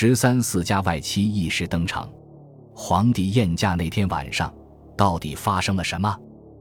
13家外戚一时登场。皇帝宴驾那天晚上，到底发生了什么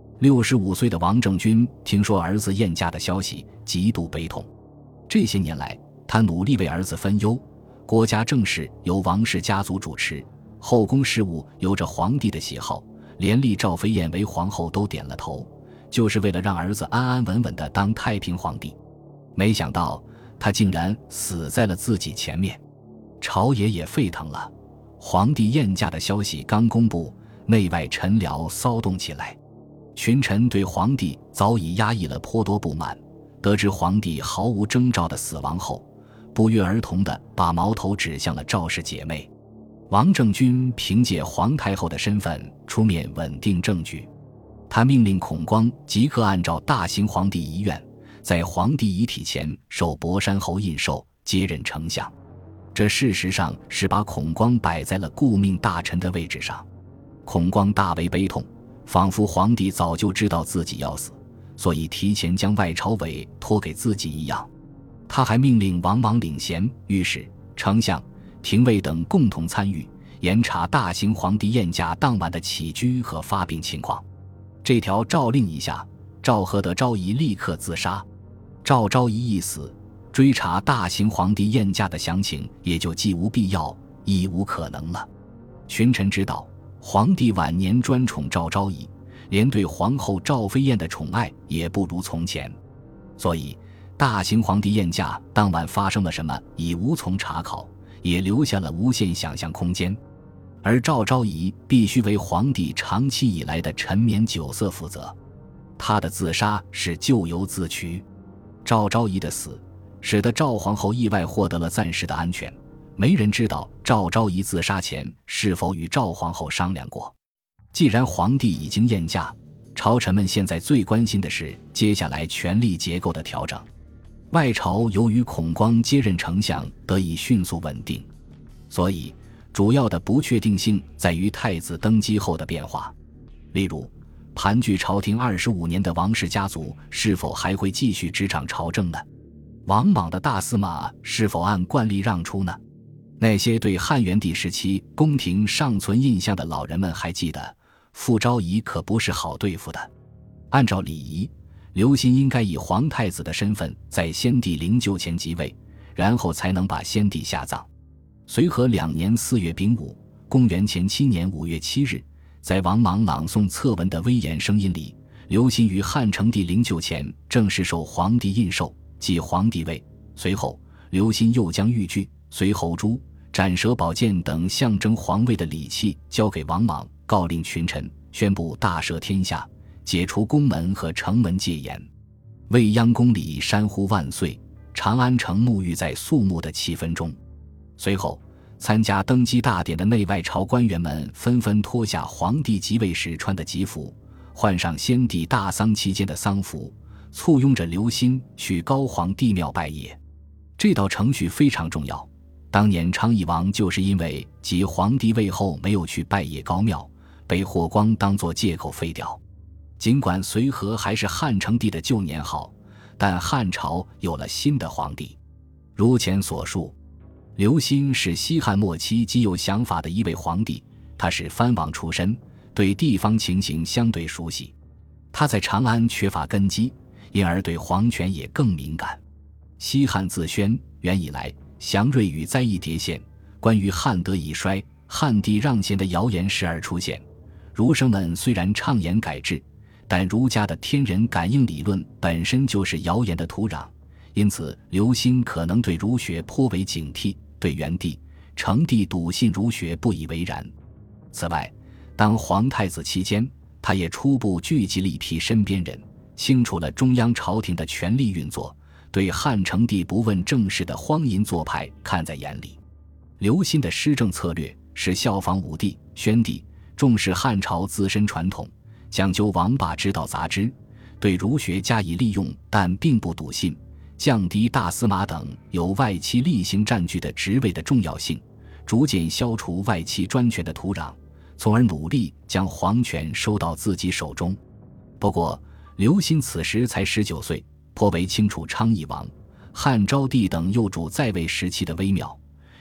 ？65岁的王政君听说儿子宴驾的消息，极度悲痛。这些年来，他努力为儿子分忧，国家政事由王氏家族主持，后宫事务由着皇帝的喜好，连立赵飞燕为皇后都点了头，就是为了让儿子安安稳稳地当太平皇帝。没想到他竟然死在了自己前面，朝野也沸腾了。皇帝宴驾的消息刚公布，内外臣僚骚动起来。群臣对皇帝早已压抑了颇多不满，得知皇帝毫无征兆的死亡后，不约而同地把矛头指向了赵氏姐妹。王政君凭借皇太后的身份出面稳定政局，他命令孔光即刻按照大行皇帝遗愿，在皇帝遗体前受博山侯印绶，接任丞相。这事实上是把孔光摆在了顾命大臣的位置上。孔光大为悲痛，仿佛皇帝早就知道自己要死，所以提前将外朝委托给自己一样。他还命令王莽领衔、御史、丞相、廷尉等共同参与，严查大行皇帝宴驾当晚的起居和发病情况。这条诏令一下，赵合德昭仪立刻自杀。赵昭仪一死，追查大行皇帝宴驾的详情也就既无必要，亦无可能了。群臣知道皇帝晚年专宠赵昭仪，连对皇后赵飞燕的宠爱也不如从前，所以大行皇帝宴驾当晚发生了什么已无从查考，也留下了无限想象空间。而赵昭仪必须为皇帝长期以来的沉湎酒色负责，他的自杀是咎由自取。赵昭仪的死使得赵皇后意外获得了暂时的安全，没人知道赵昭仪自杀前是否与赵皇后商量过。既然皇帝已经宴驾，朝臣们现在最关心的是接下来权力结构的调整。外朝由于孔光接任丞相得以迅速稳定，所以主要的不确定性在于太子登基后的变化。例如，盘踞朝廷25年的王氏家族是否还会继续执掌朝政呢？王莽的大司马是否按惯例让出呢？那些对汉元帝时期宫廷尚存印象的老人们还记得，傅昭仪可不是好对付的。按照礼仪，刘歆应该以皇太子的身份在先帝灵柩前即位，然后才能把先帝下葬。随和2年4月丙午，公元前7年5月7日，在王莽朗诵策文的威严声音里，刘歆于汉成帝灵柩前正式受皇帝印绶，即皇帝位。随后刘歆又将玉具、随侯珠、斩蛇宝剑等象征皇位的礼器交给王莽，告令群臣宣布大赦天下，解除宫门和城门戒严。未央宫里山呼万岁，长安城沐浴在肃穆的气氛中。随后参加登基大典的内外朝官员们纷纷脱下皇帝即位时穿的吉服，换上先帝大丧期间的丧服，簇拥着刘歆去高皇帝庙拜谒。这道程序非常重要，当年昌邑王就是因为即皇帝位后没有去拜谒高庙，被霍光当作借口废掉。尽管随和还是汉成帝的旧年号，但汉朝有了新的皇帝。如前所述，刘歆是西汉末期极有想法的一位皇帝，他是藩王出身，对地方情形相对熟悉。他在长安缺乏根基，因而对皇权也更敏感。西汉自轩元以来，祥瑞与灾异迭现，关于汉德已衰、汉帝让贤的谣言时而出现。儒生们虽然倡言改制，但儒家的天人感应理论本身就是谣言的土壤，因此刘歆可能对儒学颇为警惕，对元帝、成帝笃信儒学不以为然。此外，当皇太子期间，他也初步聚集了一批身边人，清楚了中央朝廷的权力运作，对汉成帝不问政事的荒淫做派看在眼里。刘歆的施政策略是效仿武帝、宣帝，重视汉朝自身传统，讲究王霸之道杂之，对儒学加以利用，但并不笃信，降低大司马等由外戚例行占据的职位的重要性，逐渐消除外戚专权的土壤，从而努力将皇权收到自己手中。不过刘歆此时才19岁，颇为清楚昌邑王、汉昭帝等幼主在位时期的微妙，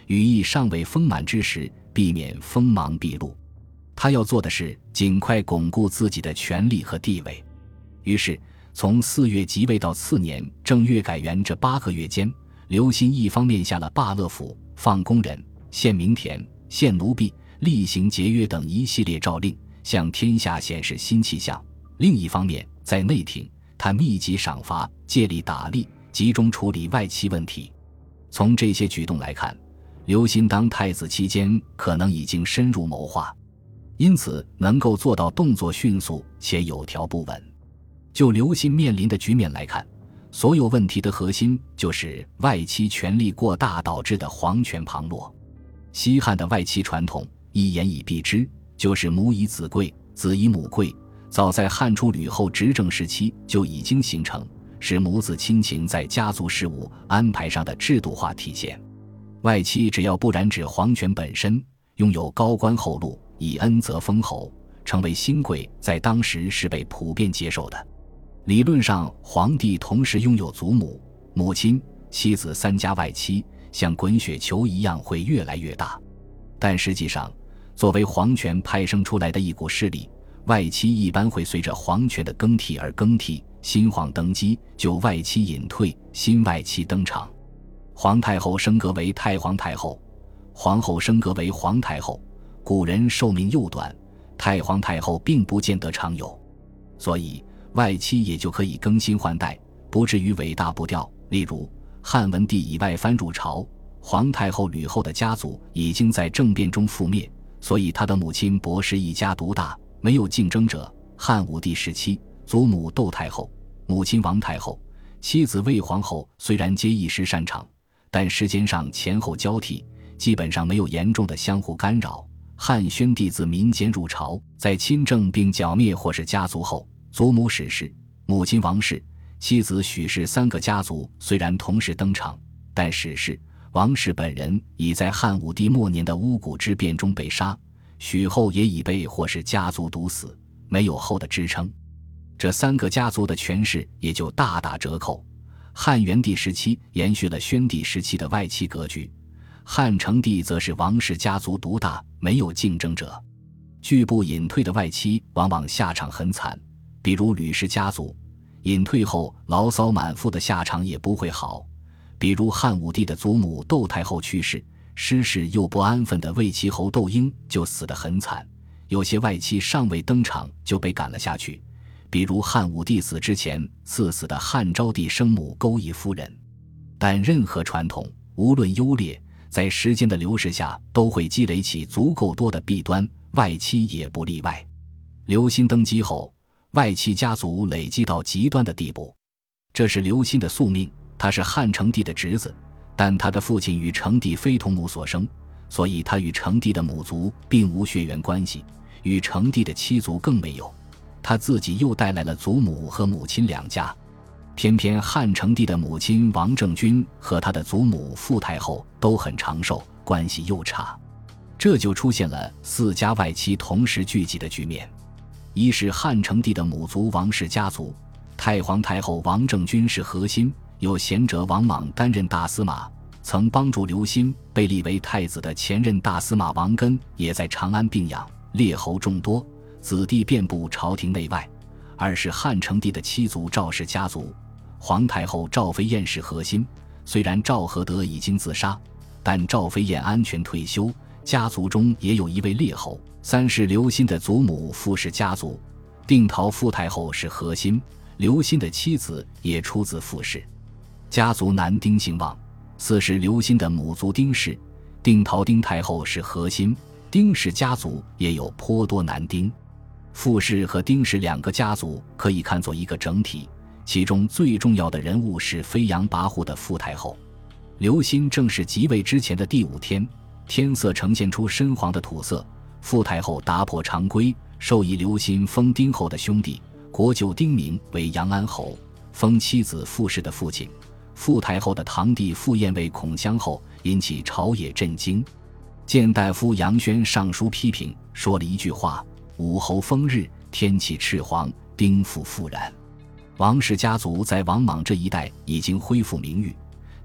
羽翼尚未丰满之时，避免锋芒毕露。他要做的是尽快巩固自己的权力和地位。于是从4月即位到次年正月改元这8个月间，刘歆一方面下了罢乐府、放工人、限民田、限奴婢、厉行节约等一系列诏令，向天下显示新气象；另一方面，在内廷，他密集赏罚，借力打力，集中处理外戚问题。从这些举动来看，刘歆当太子期间可能已经深入谋划，因此能够做到动作迅速且有条不紊。就刘歆面临的局面来看，所有问题的核心就是外戚权力过大导致的皇权旁落。西汉的外戚传统一言以蔽之，就是母以子贵，子以母贵，早在汉初吕后执政时期就已经形成，是母子亲情在家族事务安排上的制度化体现。外戚只要不染指皇权本身，拥有高官厚禄，以恩泽封侯，成为新贵，在当时是被普遍接受的。理论上，皇帝同时拥有祖母、母亲、妻子3家外戚，像滚雪球一样会越来越大。但实际上，作为皇权派生出来的一股势力，外戚一般会随着皇权的更替而更替，新皇登基，就外戚隐退，新外戚登场。皇太后升格为太皇太后，皇后升格为皇太后，古人寿命又短，太皇太后并不见得常有，所以外戚也就可以更新换代，不至于尾大不掉。例如汉文帝以外藩入朝，皇太后吕后的家族已经在政变中覆灭，所以他的母亲薄氏一家独大，没有竞争者。汉武帝时期，祖母窦太后、母亲王太后、妻子魏皇后虽然皆一时擅长，但时间上前后交替，基本上没有严重的相互干扰。汉宣帝自民间入朝，在亲政并剿灭或是家族后，祖母史氏、母亲王氏、妻子许氏3个家族虽然同时登场，但史氏、王氏本人已在汉武帝末年的巫蛊之变中被杀，许后也已被或是家族毒死，没有后的支撑，这3个家族的权势也就大打折扣。汉元帝时期延续了宣帝时期的外戚格局，汉成帝则是王氏家族独大，没有竞争者。拒不隐退的外戚往往下场很惨，比如吕氏家族，隐退后牢骚满腹的下场也不会好。比如汉武帝的祖母窦太后去世，失势又不安分的魏齐侯窦婴就死得很惨，有些外戚尚未登场就被赶了下去，比如汉武帝死之前赐死的汉昭帝生母钩弋夫人。但任何传统无论优劣，在时间的流逝下都会积累起足够多的弊端，外戚也不例外。刘歆登基后，外戚家族累积到极端的地步，这是刘歆的宿命。他是汉成帝的侄子，但他的父亲与成帝非同母所生，所以他与成帝的母族并无血缘关系，与成帝的妻族更没有。他自己又带来了祖母和母亲2家，偏偏汉成帝的母亲王政君和他的祖母傅太后都很长寿，关系又差，这就出现了4家外戚同时聚集的局面。一是汉成帝的母族王氏家族，太皇太后王政君是核心，有贤者王莽担任大司马，曾帮助刘歆被立为太子的前任大司马王根也在长安病养，列侯众多，子弟遍布朝廷内外。二是汉成帝的妻族赵氏家族，皇太后赵飞燕是核心，虽然赵合德已经自杀，但赵飞燕安全退休，家族中也有一位列侯。三是刘歆的祖母傅氏家族，定陶傅太后是核心，刘歆的妻子也出自傅氏，家族男丁兴旺。四是刘歆的母族丁氏，定陶丁太后是核心，丁氏家族也有颇多男丁。傅氏和丁氏2个家族可以看作一个整体，其中最重要的人物是飞扬跋扈的傅太后。刘歆正是即位之前的第5天，天色呈现出深黄的土色，傅太后打破常规，授以刘歆封丁后的兄弟国舅丁明为阳安侯，封妻子傅氏的父亲傅太后的堂弟傅彦为孔襄后，引起朝野震惊。见大夫杨宣上书批评，说了一句话：武侯封日，天气赤黄，丁父复然。王氏家族在王莽这一代已经恢复名誉，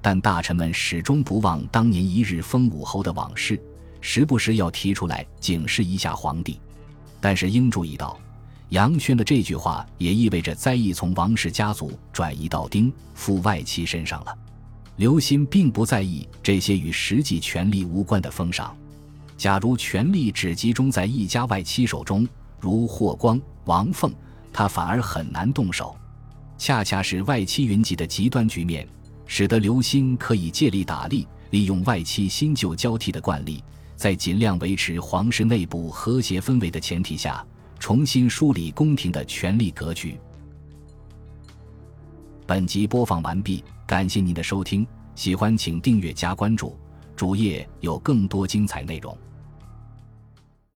但大臣们始终不忘当年一日封武侯的往事，时不时要提出来警示一下皇帝。但是应注意到，杨轩的这句话也意味着灾异从王氏家族转移到丁父外戚身上了。刘歆并不在意这些与实际权力无关的封赏，假如权力只集中在一家外戚手中，如霍光、王凤，他反而很难动手。恰恰是外戚云集的极端局面，使得刘歆可以借力打力，利用外戚新旧交替的惯例，在尽量维持皇室内部和谐氛围的前提下，重新梳理宫廷的权力格局。本集播放完毕，感谢您的收听，喜欢请订阅加关注，主页有更多精彩内容。